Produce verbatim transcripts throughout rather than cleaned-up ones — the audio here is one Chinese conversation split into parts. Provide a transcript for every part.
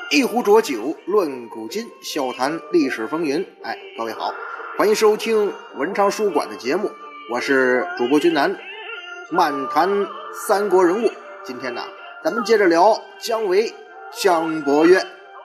一壶浊酒论古今，笑谈历史风云。哎，各位好，欢迎收听文昌书馆的节目，我是主播君南，漫谈三国人物。今天呢，咱们接着聊姜维、姜伯约。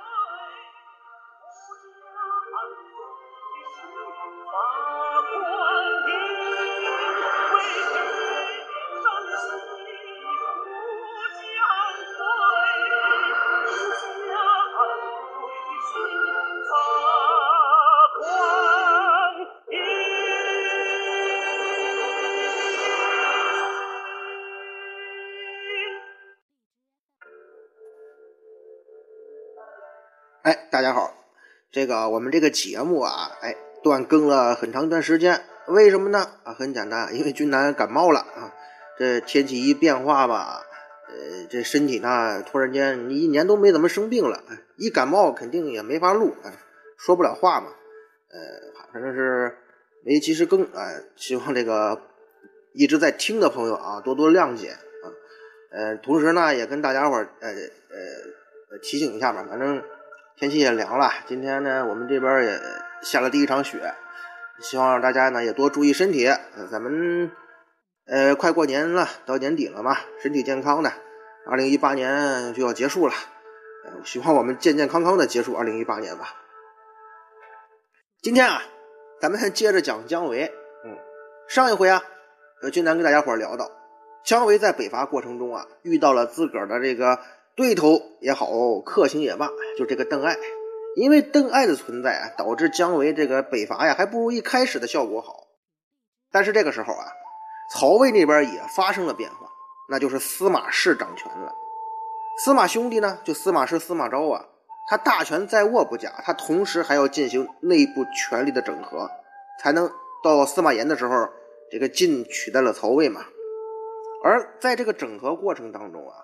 哎，大家好，这个我们这个节目啊，哎，断更了很长一段时间，为什么呢？啊，很简单，因为君南感冒了啊。这天气一变化吧，呃，这身体呢，突然间你一年都没怎么生病了，一感冒肯定也没法录，哎，说不了话嘛，呃，反正是没及时更，哎，希望这个一直在听的朋友啊，多多谅解啊。呃，同时呢，也跟大家伙儿，呃呃提醒一下吧，反正天气也凉了，今天呢我们这边也下了第一场雪，希望大家呢也多注意身体。呃、咱们呃快过年了，到年底了嘛，身体健康的，二零一八年就要结束了，呃、希望我们健健康康的结束二零一八年吧。今天啊，咱们接着讲姜维。嗯，上一回啊，呃，君南跟大家伙聊到，姜维在北伐过程中啊，遇到了自个儿的这个对头也好，克星也罢，就这个邓艾。因为邓艾的存在啊，导致姜维这个北伐呀还不如一开始的效果好。但是这个时候啊，曹魏那边也发生了变化，那就是司马氏掌权了。司马兄弟呢，就司马氏、司马昭啊，他大权在握不假，他同时还要进行内部权力的整合，才能到司马炎的时候，这个晋取代了曹魏嘛。而在这个整合过程当中啊，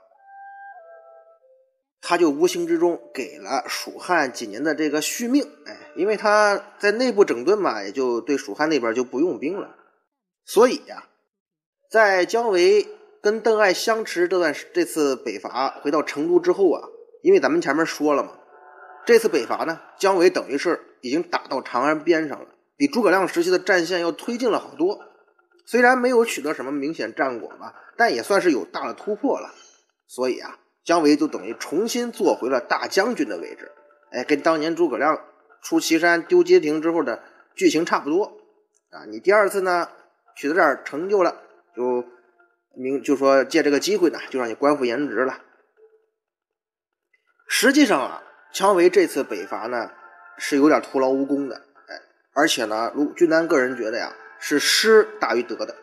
他就无形之中给了蜀汉几年的这个续命，哎，因为他在内部整顿嘛，也就对蜀汉那边就不用兵了。所以呀、啊，在姜维跟邓艾相持这段这次北伐回到成都之后啊，因为咱们前面说了嘛，这次北伐呢，姜维等于是已经打到长安边上了，比诸葛亮时期的战线要推进了好多。虽然没有取得什么明显战果吧，但也算是有大的突破了。所以啊，姜维就等于重新坐回了大将军的位置，哎，跟当年诸葛亮出祁山丢街亭之后的剧情差不多啊。你第二次呢取得点成就了，就明就说借这个机会呢，就让你官复原职了。实际上啊，姜维这次北伐呢是有点徒劳无功的，哎，而且呢，如君南个人觉得呀，是失大于得的。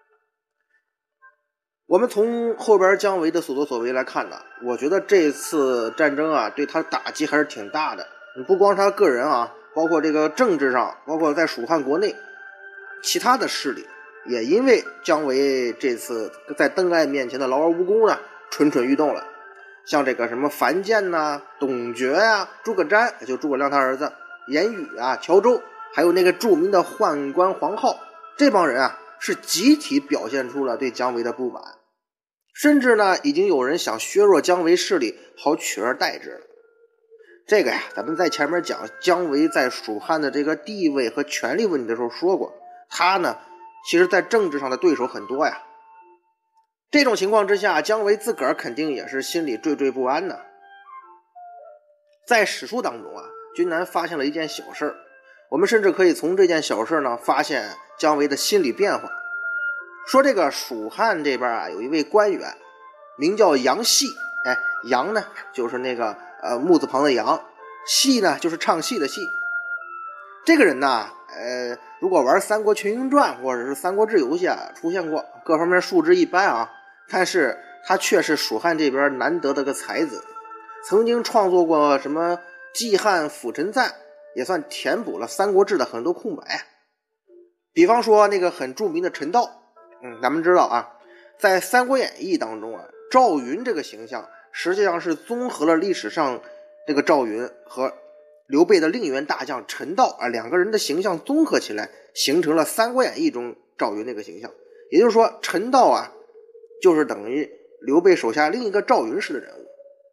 我们从后边姜维的所作所为来看呢，我觉得这次战争啊，对他打击还是挺大的。不光他个人啊，包括这个政治上，包括在蜀汉国内，其他的势力也因为姜维这次在邓艾面前的劳而无功呢，蠢蠢欲动了。像这个什么樊建呐、啊、董厥呀、啊、诸葛瞻，就诸葛亮他儿子，严羽啊、乔州，还有那个著名的宦官黄皓，这帮人啊，是集体表现出了对姜维的不满。甚至呢，已经有人想削弱姜维势力，好取而代之了。这个呀，咱们在前面讲姜维在蜀汉的这个地位和权力问题的时候说过，他呢，其实在政治上的对手很多呀。这种情况之下，姜维自个儿肯定也是心里惴惴不安呢。在史书当中啊，君南发现了一件小事，我们甚至可以从这件小事呢，发现姜维的心理变化。说这个蜀汉这边啊，有一位官员名叫杨戏，哎，杨呢就是那个呃木字旁的杨，戏呢就是唱戏的戏。这个人呢，呃，如果玩《三国群英传》或者是《三国志》游戏啊，出现过，各方面素质一般啊，但是他却是蜀汉这边难得的个才子，曾经创作过什么《季汉辅臣赞》，也算填补了《三国志》的很多空白。比方说那个很著名的陈道。嗯，咱们知道啊，在《三国演义》当中啊，赵云这个形象实际上是综合了历史上这个赵云和刘备的另一员大将陈道啊两个人的形象综合起来，形成了《三国演义》中赵云那个形象。也就是说，陈道啊，就是等于刘备手下另一个赵云式的人物。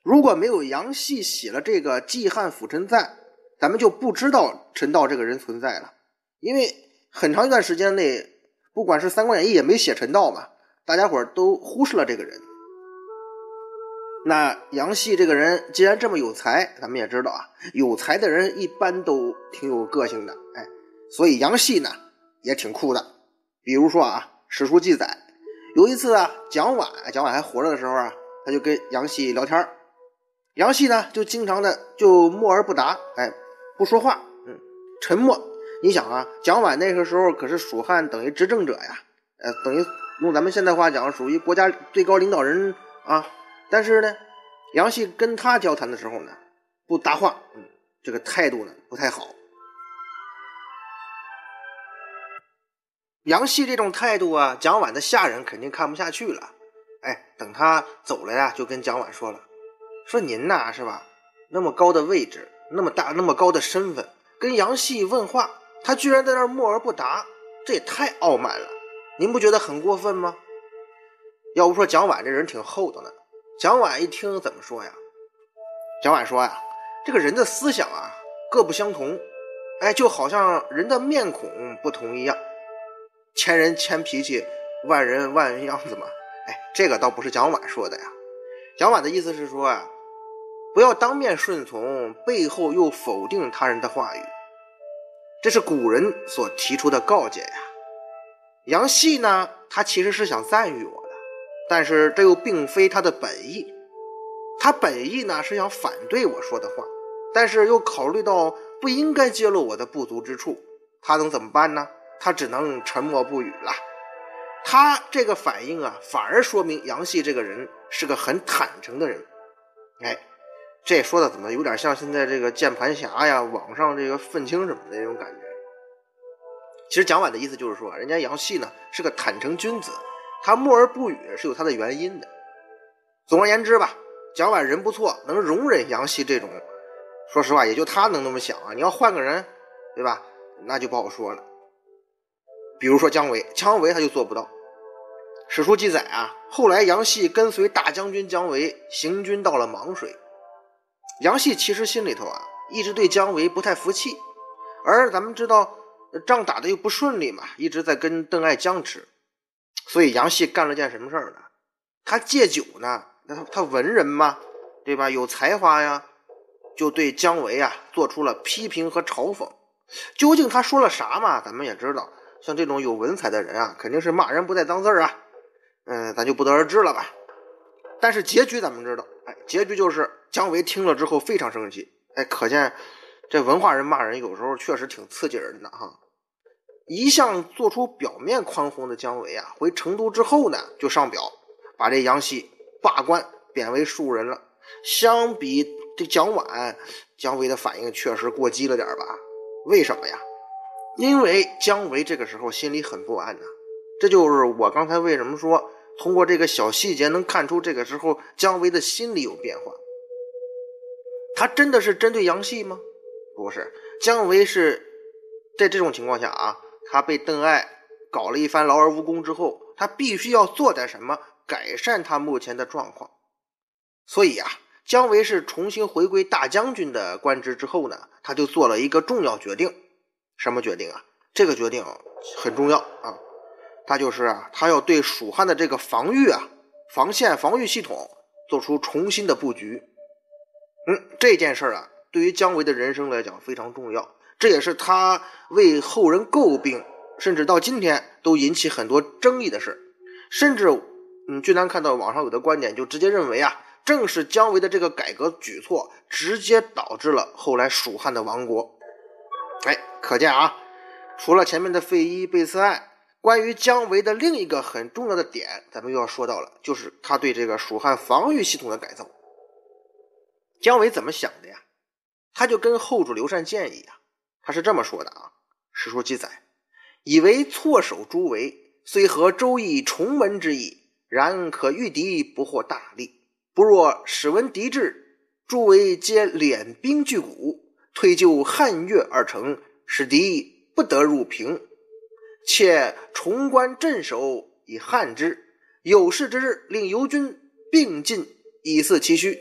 如果没有杨戏写了这个《记汉辅陈赞》，咱们就不知道陈道这个人存在了。因为很长一段时间内，不管是《三国演义》也没写陈道嘛，大家伙都忽视了这个人。那杨戏这个人既然这么有才，咱们也知道啊，有才的人一般都挺有个性的，哎，所以杨戏呢也挺酷的。比如说啊，史书记载，有一次啊，蒋琬蒋琬还活着的时候啊，他就跟杨戏聊天，杨戏呢就经常的就默而不答，哎，不说话，嗯，沉默。你想啊，蒋琬那个时候可是蜀汉等于执政者呀，呃，等于用咱们现代话讲，属于国家最高领导人啊。但是呢，杨戏跟他交谈的时候呢，不搭话，嗯，这个态度呢不太好。杨戏这种态度啊，蒋琬的下人肯定看不下去了。哎，等他走了呀，就跟蒋琬说了，说您呐，是吧？那么高的位置，那么大那么高的身份，跟杨戏问话，他居然在那儿默而不答，这也太傲慢了，您不觉得很过分吗？要不说蒋琬这人挺厚道的。蒋琬一听怎么说呀？蒋琬说呀，这个人的思想啊各不相同，哎，就好像人的面孔不同一样，千人千脾气，万人万样子嘛。哎，这个倒不是蒋琬说的呀。蒋琬的意思是说啊，不要当面顺从，背后又否定他人的话语，这是古人所提出的告诫呀。杨戏呢，他其实是想赞誉我的，但是这又并非他的本意。他本意呢是想反对我说的话，但是又考虑到不应该揭露我的不足之处，他能怎么办呢？他只能沉默不语了。他这个反应啊，反而说明杨戏这个人是个很坦诚的人。哎，这说的怎么有点像现在这个键盘侠呀，网上这个愤青什么的那种感觉。其实蒋琬的意思就是说，人家杨戏呢是个坦诚君子，他默而不语是有他的原因的。总而言之吧，蒋琬人不错，能容忍杨戏这种，说实话也就他能那么想啊，你要换个人，对吧，那就不好说了。比如说姜维，姜维他就做不到。史书记载啊，后来杨戏跟随大将军姜维行军到了邙水，杨戏其实心里头啊一直对姜维不太服气，而咱们知道仗打得又不顺利嘛，一直在跟邓艾僵持，所以杨戏干了件什么事儿呢？他借酒呢，他他文人嘛，对吧，有才华呀，就对姜维啊做出了批评和嘲讽。究竟他说了啥嘛，咱们也知道，像这种有文采的人啊，肯定是骂人不带脏字啊，嗯，咱就不得而知了吧。但是结局咱们知道，哎，结局就是姜维听了之后非常生气，哎，可见这文化人骂人有时候确实挺刺激人的哈。一向做出表面宽宏的姜维啊，回成都之后呢，就上表把这杨戏罢官，贬为庶人了。相比这蒋琬，姜维的反应确实过激了点吧？为什么呀？因为姜维这个时候心里很不安呐、啊，这就是我刚才为什么说通过这个小细节能看出这个时候姜维的心理有变化。他真的是针对杨戏吗？不是，姜维是在这种情况下啊，他被邓艾搞了一番劳而无功之后，他必须要做点什么改善他目前的状况。所以啊，姜维是重新回归大将军的官职之后呢，他就做了一个重要决定。什么决定啊？这个决定很重要啊，他就是啊，他要对蜀汉的这个防御啊、防线、防御系统做出重新的布局。嗯，这件事啊，对于姜维的人生来讲非常重要，这也是他为后人诟病，甚至到今天都引起很多争议的事。甚至嗯，居然看到网上有的观点就直接认为啊，正是姜维的这个改革举措直接导致了后来蜀汉的亡国。哎，可见啊，除了前面的费祎背刺案，关于姜维的另一个很重要的点咱们又要说到了，就是他对这个蜀汉防御系统的改造。姜维怎么想的呀？他就跟后主刘禅建议啊，他是这么说的啊，史书记载，以为错守诸围，虽合周易重门之意，然可御敌不获大利，不若使闻敌至，诸围皆敛兵拒鼓，推就汉越而成，使敌不得入平，且重关镇守以汉之，有事之日令游军并进，以俟其虚，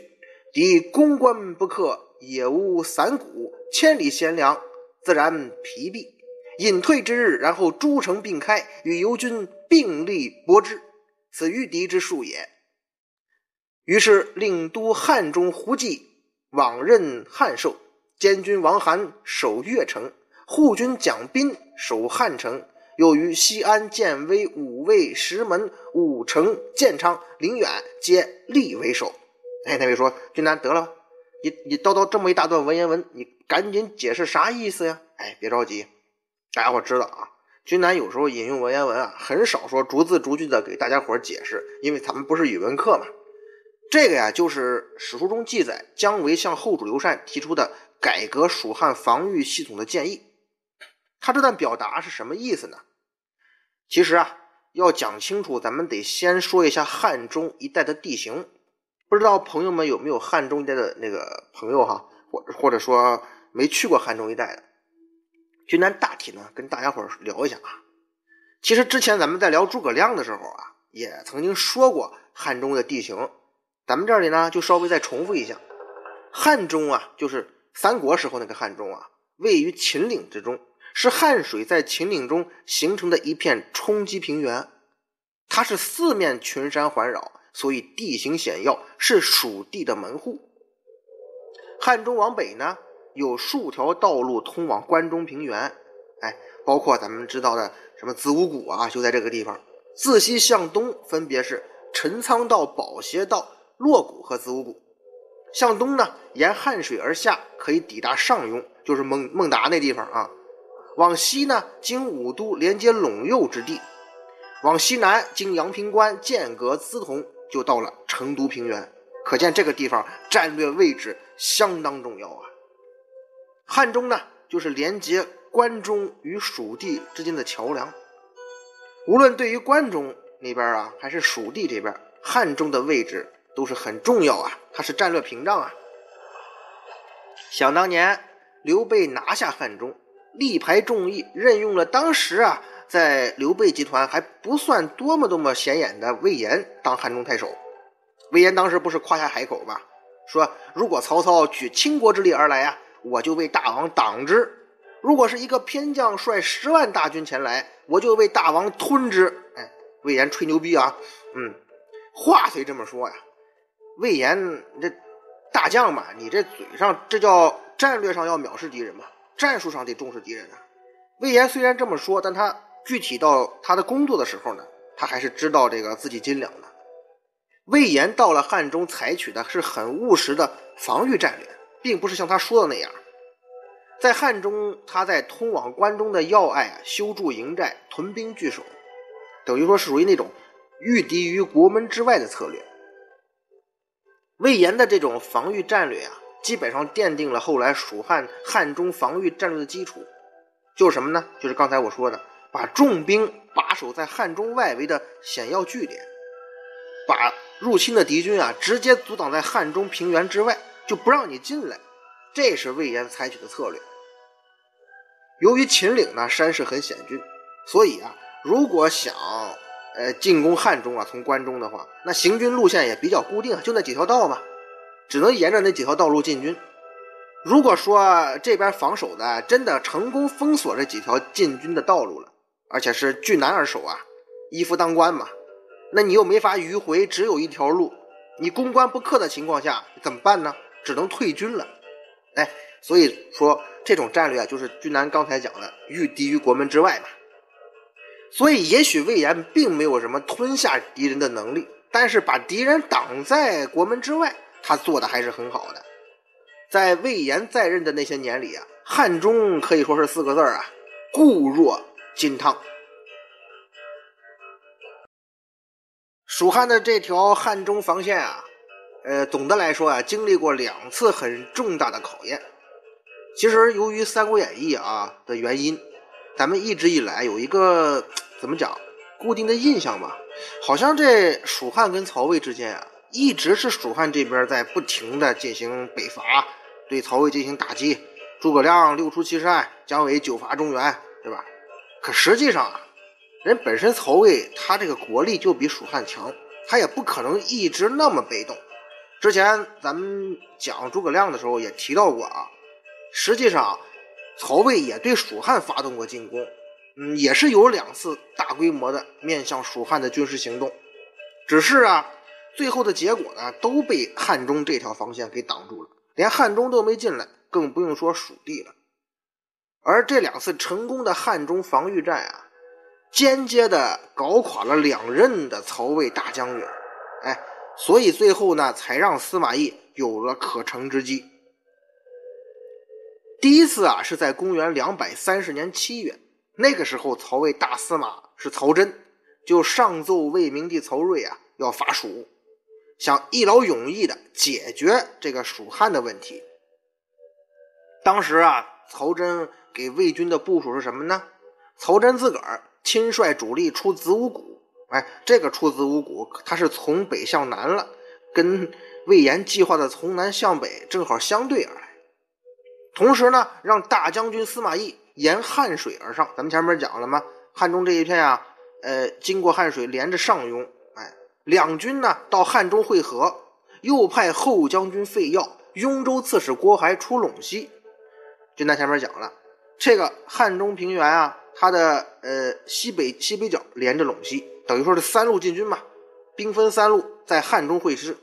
敌攻关不克，也无散谷，千里贤良，自然疲弊。隐退之日，然后诸城并开，与游军并力搏之，此御敌之术也。于是令都汉中胡济往任汉寿，监军王涵守越城，护军蒋斌守汉城，又于西安、建威、武卫、石门、武城、建昌、临远皆立为守。哎，那位说，君南得了吧，你你叨叨这么一大段文言文，你赶紧解释啥意思呀？哎，别着急，大家伙知道啊，君南有时候引用文言文啊，很少说逐字逐句的给大家伙解释，因为咱们不是语文课嘛。这个呀，就是史书中记载姜维向后主刘禅提出的改革蜀汉防御系统的建议。他这段表达是什么意思呢？其实啊，要讲清楚，咱们得先说一下汉中一带的地形。不知道朋友们有没有汉中一带的那个朋友哈，或或者说没去过汉中一带的，君南大体呢跟大家伙聊一下啊。其实之前咱们在聊诸葛亮的时候啊，也曾经说过汉中的地形，咱们这里呢就稍微再重复一下。汉中啊，就是三国时候那个汉中啊，位于秦岭之中，是汉水在秦岭中形成的一片冲积平原，它是四面群山环绕，所以地形险要，是蜀地的门户。汉中往北呢，有数条道路通往关中平原，哎，包括咱们知道的什么子午谷啊，就在这个地方。自西向东分别是陈仓道、保协道、洛谷和子午谷。向东呢，沿汉水而下，可以抵达上庸，就是孟孟达那地方啊。往西呢，经武都连接陇右之地。往西南经阳平关、剑阁、资潼，就到了成都平原。可见这个地方战略位置相当重要啊。汉中呢，就是连接关中与蜀地之间的桥梁。无论对于关中那边啊，还是蜀地这边，汉中的位置都是很重要啊，它是战略屏障啊。想当年刘备拿下汉中，力排众议，任用了当时啊在刘备集团还不算多么多么显眼的魏延当汉中太守。魏延当时不是夸下海口吗？说如果曹操举倾国之力而来啊，我就为大王挡之；如果是一个偏将率十万大军前来，我就为大王吞之。哎，魏延吹牛逼啊！嗯，话虽这么说呀，魏延这大将嘛，你这嘴上这叫战略上要藐视敌人嘛，战术上得重视敌人啊。魏延虽然这么说，但他具体到他的工作的时候呢，他还是知道这个自己斤两的。魏延到了汉中，采取的是很务实的防御战略，并不是像他说的那样。在汉中，他在通往关中的要隘啊，修筑营寨，屯兵据守，等于说是属于那种御敌于国门之外的策略。魏延的这种防御战略啊，基本上奠定了后来蜀汉汉中防御战略的基础。就是什么呢？就是刚才我说的，把重兵把守在汉中外围的险要据点，把入侵的敌军啊直接阻挡在汉中平原之外，就不让你进来。这是魏延采取的策略。由于秦岭呢山势很险峻，所以啊，如果想呃进攻汉中啊，从关中的话，那行军路线也比较固定，就那几条道嘛，只能沿着那几条道路进军。如果说这边防守的真的成功封锁这几条进军的道路了，而且是据难而守啊，依附当关嘛，那你又没法迂回，只有一条路，你攻关不克的情况下怎么办呢？只能退军了。哎，所以说这种战略啊，就是君南刚才讲的御敌于国门之外嘛。所以也许魏延并没有什么吞下敌人的能力，但是把敌人挡在国门之外，他做的还是很好的。在魏延在任的那些年里啊，汉中可以说是四个字啊，固若金汤。蜀汉的这条汉中防线啊，呃，总的来说啊，经历过两次很重大的考验。其实由于《三国演义》啊的原因，咱们一直以来有一个怎么讲固定的印象吧，好像这蜀汉跟曹魏之间啊，一直是蜀汉这边在不停的进行北伐，对曹魏进行打击。诸葛亮六出祁山，姜维九伐中原，对吧？可实际上啊，人本身曹魏他这个国力就比蜀汉强，他也不可能一直那么被动。 之前咱们讲诸葛亮的时候也提到过啊，实际上曹魏也对蜀汉发动过进攻，嗯，也是有两次大规模的面向蜀汉的军事行动，只是啊，最后的结果呢，都被汉中这条防线给挡住了，连汉中都没进来，更不用说蜀地了。而这两次成功的汉中防御战啊，间接的搞垮了两任的曹魏大将军，哎，所以最后呢，才让司马懿有了可乘之机。第一次啊，是在公元两百三十年七月，那个时候曹魏大司马是曹真，就上奏魏明帝曹睿啊，要伐蜀，想一劳永逸的解决这个蜀汉的问题。当时啊，曹真给魏军的部署是什么呢？曹真自个儿亲率主力出子午谷，哎，这个出子午谷，他是从北向南了，跟魏延计划的从南向北正好相对而来。同时呢，让大将军司马懿沿汉水而上，咱们前面讲了吗？汉中这一片啊，呃，经过汉水连着上庸，哎，两军呢到汉中会合，又派后将军费耀、雍州刺史郭淮出陇西。就咱前面讲了，这个汉中平原啊，它的呃西北西北角连着陇西，等于说是三路进军嘛，兵分三路在汉中会师。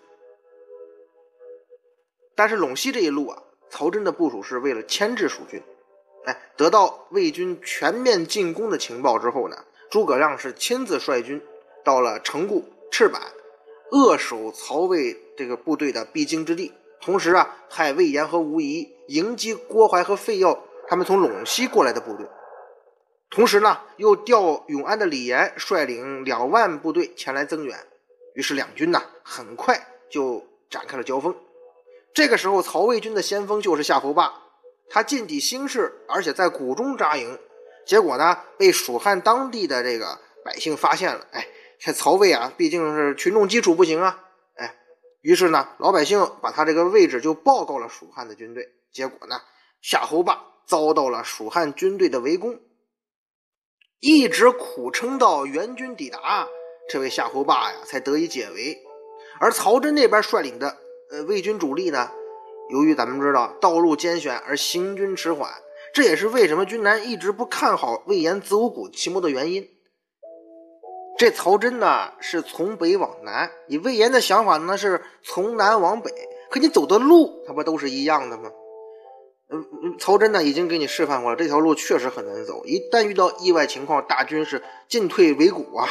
但是陇西这一路啊，曹真的部署是为了牵制蜀军。哎，得到魏军全面进攻的情报之后呢，诸葛亮是亲自率军到了成固、赤坂，扼守曹魏这个部队的必经之地。同时啊，派魏延和吴仪迎击郭淮和费耀他们从陇西过来的部队。同时呢，又调永安的李严率领两万部队前来增援。于是两军呢，很快就展开了交锋。这个时候，曹魏军的先锋就是夏侯霸，他进抵兴市，而且在谷中扎营。结果呢，被蜀汉当地的这个百姓发现了。哎，这曹魏啊，毕竟是群众基础不行啊。哎，于是呢，老百姓把他这个位置就报告了蜀汉的军队。结果呢，夏侯霸遭到了蜀汉军队的围攻，一直苦撑到援军抵达，这位夏侯霸呀才得以解围。而曹真那边率领的呃魏军主力呢，由于咱们知道道路艰险而行军迟缓，这也是为什么军南一直不看好魏延子午谷奇谋的原因。这曹真呢是从北往南，以魏延的想法呢是从南往北，可你走的路它不都是一样的吗？嗯，曹真呢已经给你示范过了，这条路确实很难走，一旦遇到意外情况，大军是进退维谷啊。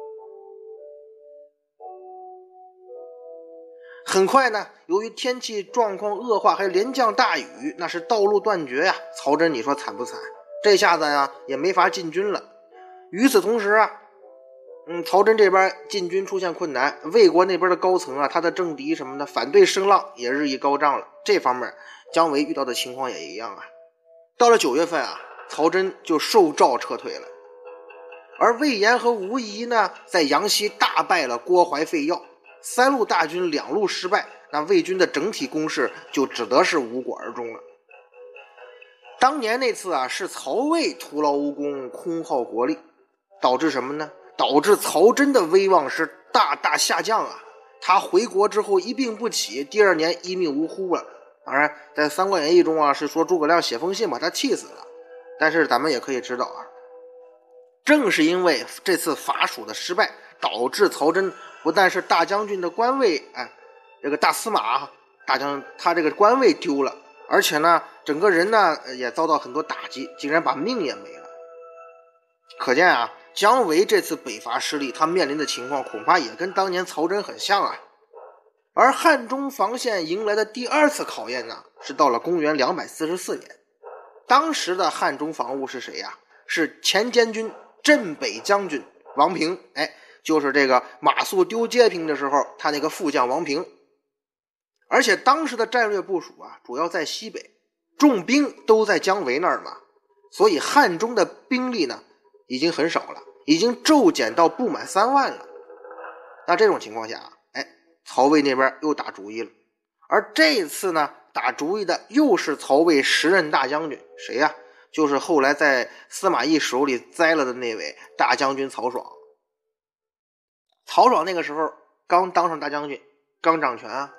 很快呢，由于天气状况恶化，还连降大雨，那是道路断绝呀。曹真你说惨不惨？这下子呀也没法进军了。与此同时啊，嗯，曹真这边进军出现困难，魏国那边的高层啊，他的政敌什么的反对声浪也日益高涨了。这方面姜维遇到的情况也一样啊。到了九月份啊，曹真就受诏撤退了。而魏延和吴仪呢，在阳西大败了郭淮、费耀，三路大军两路失败，那魏军的整体攻势就只得是无果而终了。当年那次啊，是曹魏徒劳无功，空耗国力，导致什么呢？导致曹真的威望是大大下降啊！他回国之后一病不起，第二年一命呜呼了。当然，在《三国演义》中啊，是说诸葛亮写封信把他气死了。但是咱们也可以知道啊，正是因为这次伐蜀的失败，导致曹真不但是大将军的官位，哎，这个大司马大将他这个官位丢了，而且呢，整个人呢也遭到很多打击，竟然把命也没了。可见啊，姜维这次北伐失利，他面临的情况恐怕也跟当年曹真很像啊。而汉中防线迎来的第二次考验呢，是到了公元两百四十四年。当时的汉中防务是谁呀？是前监军镇北将军王平，哎，就是这个马谡丢街平的时候，他那个副将王平。而且当时的战略部署啊，主要在西北，重兵都在姜维那儿嘛，所以汉中的兵力呢已经很少了，已经骤减到不满三万了。那这种情况下，哎，曹魏那边又打主意了。而这次呢，打主意的又是曹魏时任大将军，谁呀？就是后来在司马懿手里栽了的那位大将军曹爽。曹爽那个时候刚当上大将军，刚掌权啊，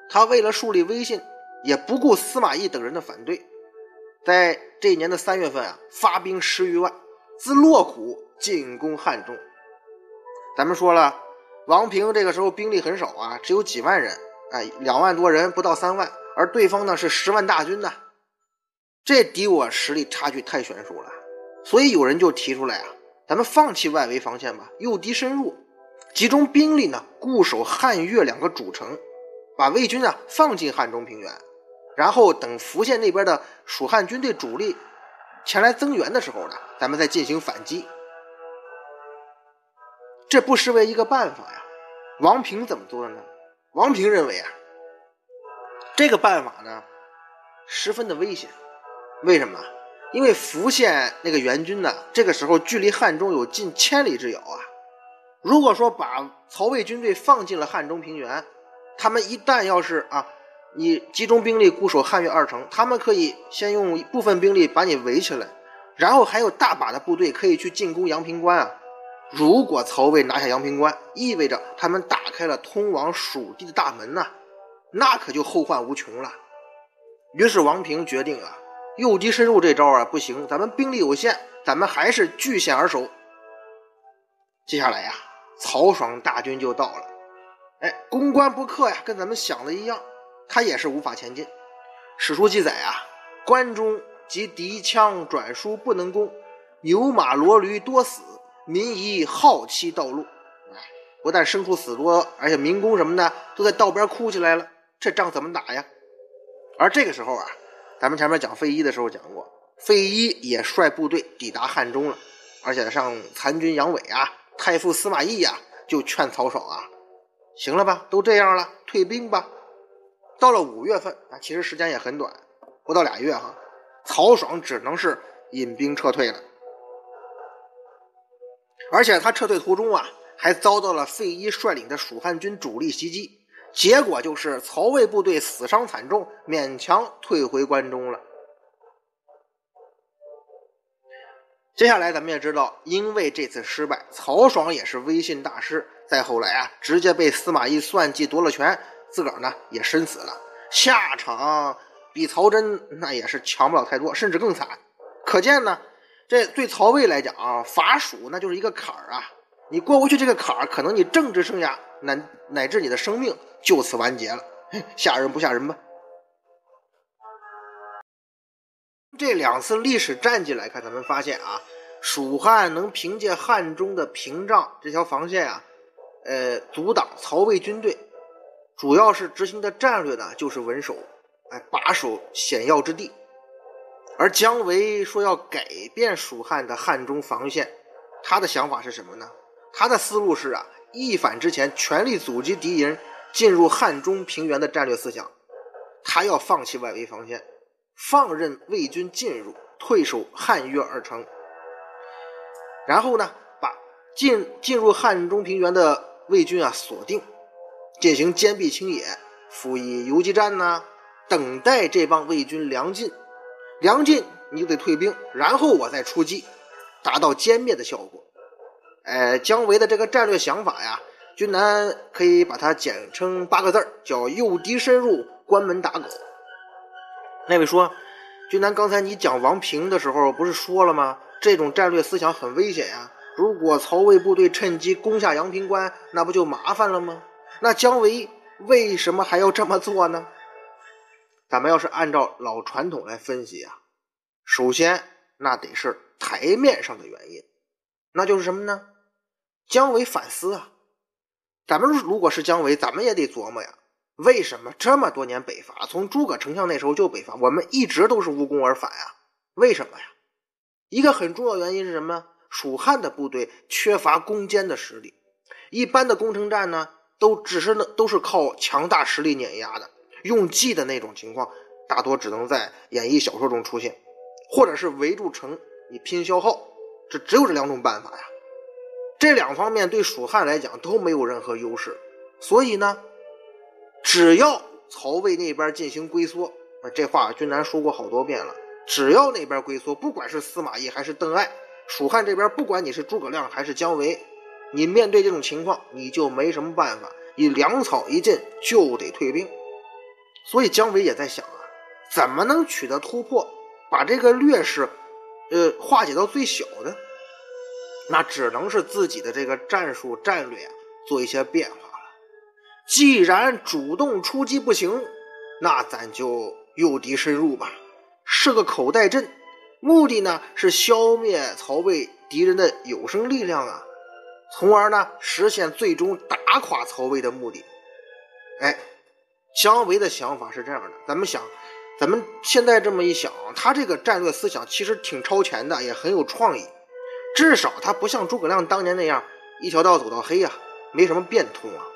他为了树立威信，也不顾司马懿等人的反对，在这一年的三月份啊，发兵十余万，自洛谷进攻汉中。咱们说了，王平这个时候兵力很少啊，只有几万人，哎，两万多人不到三万，而对方呢是十万大军呢，这敌我实力差距太悬殊了。所以有人就提出来啊，咱们放弃外围防线吧，诱敌深入，集中兵力呢固守汉越两个主城，把魏军啊放进汉中平原，然后等福县那边的蜀汉军队主力前来增援的时候呢，咱们再进行反击。这不失为一个办法呀。王平怎么做的呢？王平认为啊，这个办法呢十分的危险。为什么？因为福县那个援军呢，这个时候距离汉中有近千里之遥啊。如果说把曹魏军队放进了汉中平原，他们一旦要是啊，你集中兵力固守汉越二城，他们可以先用部分兵力把你围起来，然后还有大把的部队可以去进攻阳平关啊。如果曹魏拿下阳平关，意味着他们打开了通往蜀地的大门呐、啊，那可就后患无穷了。于是王平决定啊，诱敌深入这招啊不行，咱们兵力有限，咱们还是据险而守。接下来呀、啊，曹爽大军就到了，哎，攻关不克呀，跟咱们想的一样，他也是无法前进。史书记载啊，关中及敌羌转输不能攻，牛马骡驴多死，民夷好欺道路。不但牲畜死多，而且民工什么的都在道边哭起来了，这仗怎么打呀？而这个时候啊，咱们前面讲费祎的时候讲过，费祎也率部队抵达汉中了，而且上残军杨伟啊、太傅司马懿啊就劝曹爽啊，行了吧，都这样了，退兵吧。到了五月份啊，其实时间也很短，不到俩月哈，曹爽只能是引兵撤退了。而且他撤退途中啊，还遭到了费祎率领的蜀汉军主力袭击，结果就是曹魏部队死伤惨重，勉强退回关中了。接下来咱们也知道，因为这次失败，曹爽也是威信大失，再后来啊，直接被司马懿算计夺了权，自个儿呢也身死了，下场比曹真那也是强不了太多，甚至更惨。可见呢，这对曹魏来讲啊，伐蜀那就是一个坎儿啊，你过不去这个坎儿，可能你政治生涯乃乃至你的生命就此完结了。吓人不吓人吧？这两次历史战绩来看，咱们发现啊，蜀汉能凭借汉中的屏障这条防线啊，呃，阻挡曹魏军队，主要是执行的战略呢，就是稳守，哎，把守险要之地。而姜维说要改变蜀汉的汉中防线，他的想法是什么呢？他的思路是啊，一反之前全力阻击敌人进入汉中平原的战略思想，他要放弃外围防线，放任魏军进入，退守汉越二城，然后呢，把进进入汉中平原的魏军啊锁定，进行坚壁清野，辅以游击战呐、啊，等待这帮魏军粮尽，粮尽你就得退兵，然后我再出击，达到歼灭的效果。呃，姜维的这个战略想法呀，军南可以把它简称八个字，叫诱敌深入，关门打狗。那位说，军南刚才你讲王平的时候不是说了吗？这种战略思想很危险呀，如果曹魏部队趁机攻下阳平关，那不就麻烦了吗？那姜维为什么还要这么做呢？咱们要是按照老传统来分析啊，首先那得是台面上的原因，那就是什么呢？姜维反思啊，咱们如果是姜维，咱们也得琢磨呀，为什么这么多年北伐，从诸葛丞相那时候就北伐，我们一直都是无功而返呀？为什么呀？一个很重要原因是什么？蜀汉的部队缺乏攻坚的实力，一般的攻城战呢，都只是都是靠强大实力碾压的，用计的那种情况，大多只能在演义小说中出现，或者是围住城你拼消耗，这只有这两种办法呀。这两方面对蜀汉来讲都没有任何优势，所以呢，只要曹魏那边进行龟缩，这话军南说过好多遍了，只要那边龟缩，不管是司马懿还是邓艾，蜀汉这边不管你是诸葛亮还是姜维，你面对这种情况你就没什么办法，你粮草一尽就得退兵。 所以姜维也在想啊，怎么能取得突破，把这个劣势呃化解到最小呢？那只能是自己的这个战术战略啊做一些变化了。既然主动出击不行，那咱就诱敌深入吧，设个口袋阵，目的呢是消灭曹魏敌人的有生力量啊，从而呢实现最终打垮曹魏的目的。哎，姜维的想法是这样的，咱们想咱们现在这么一想，他这个战略思想其实挺超前的，也很有创意，至少他不像诸葛亮当年那样一条道走到黑啊，没什么变通啊。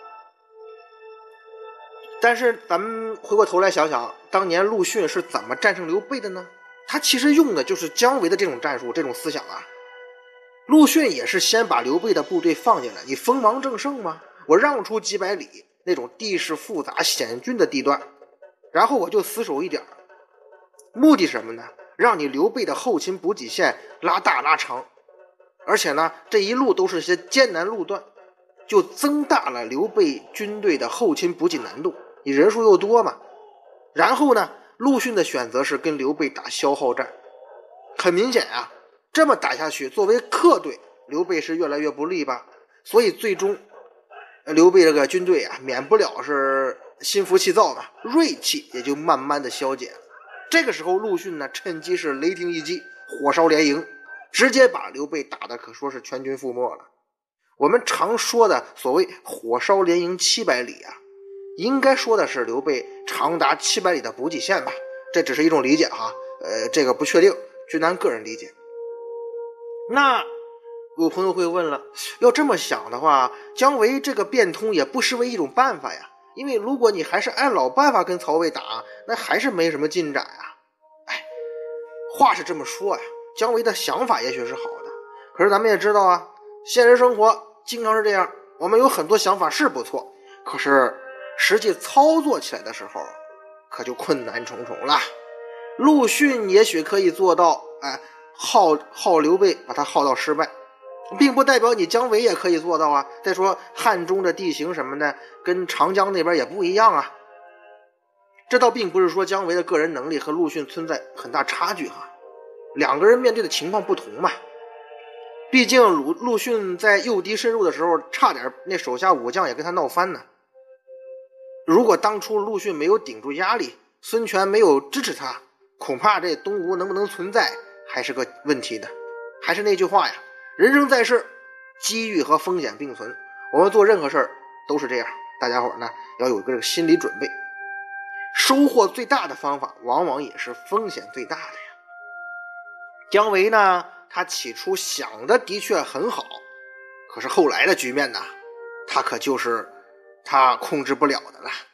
但是咱们回过头来想想，当年陆逊是怎么战胜刘备的呢？他其实用的就是姜维的这种战术，这种思想啊。陆逊也是先把刘备的部队放进来，你锋芒正盛吗？我让出几百里那种地势复杂险峻的地段，然后我就死守一点，目的是什么呢？让你刘备的后勤补给线拉大拉长，而且呢这一路都是些艰难路段，就增大了刘备军队的后勤补给难度，你人数又多嘛。然后呢陆逊的选择是跟刘备打消耗战，很明显啊，这么打下去作为客队，刘备是越来越不利吧，所以最终刘备这个军队啊免不了是心浮气躁嘛，锐气也就慢慢的消减。这个时候陆逊呢趁机是雷霆一击，火烧连营，直接把刘备打得可说是全军覆没了。我们常说的所谓火烧连营七百里啊，应该说的是刘备长达七百里的补给线吧，这只是一种理解哈，呃，这个不确定，均按个人理解。那有朋友会问了，要这么想的话，姜维这个变通也不失为一种办法呀，因为如果你还是按老办法跟曹魏打，那还是没什么进展呀。哎，话是这么说呀，姜维的想法也许是好的，可是咱们也知道啊，现实生活经常是这样，我们有很多想法是不错，可是实际操作起来的时候可就困难重重了。陆逊也许可以做到哎，耗耗刘备把他耗到失败，并不代表你姜维也可以做到啊。再说汉中的地形什么的跟长江那边也不一样啊，这倒并不是说姜维的个人能力和陆逊存在很大差距哈，两个人面对的情况不同嘛。毕竟陆陆逊在诱敌深入的时候，差点那手下武将也跟他闹翻呢。如果当初陆逊没有顶住压力，孙权没有支持他，恐怕这东吴能不能存在还是个问题的。还是那句话呀，人生在世，机遇和风险并存，我们做任何事儿都是这样，大家伙呢要有一个心理准备。收获最大的方法往往也是风险最大的呀。姜维呢，他起初想的的确很好，可是后来的局面呢，他可就是他控制不了的了。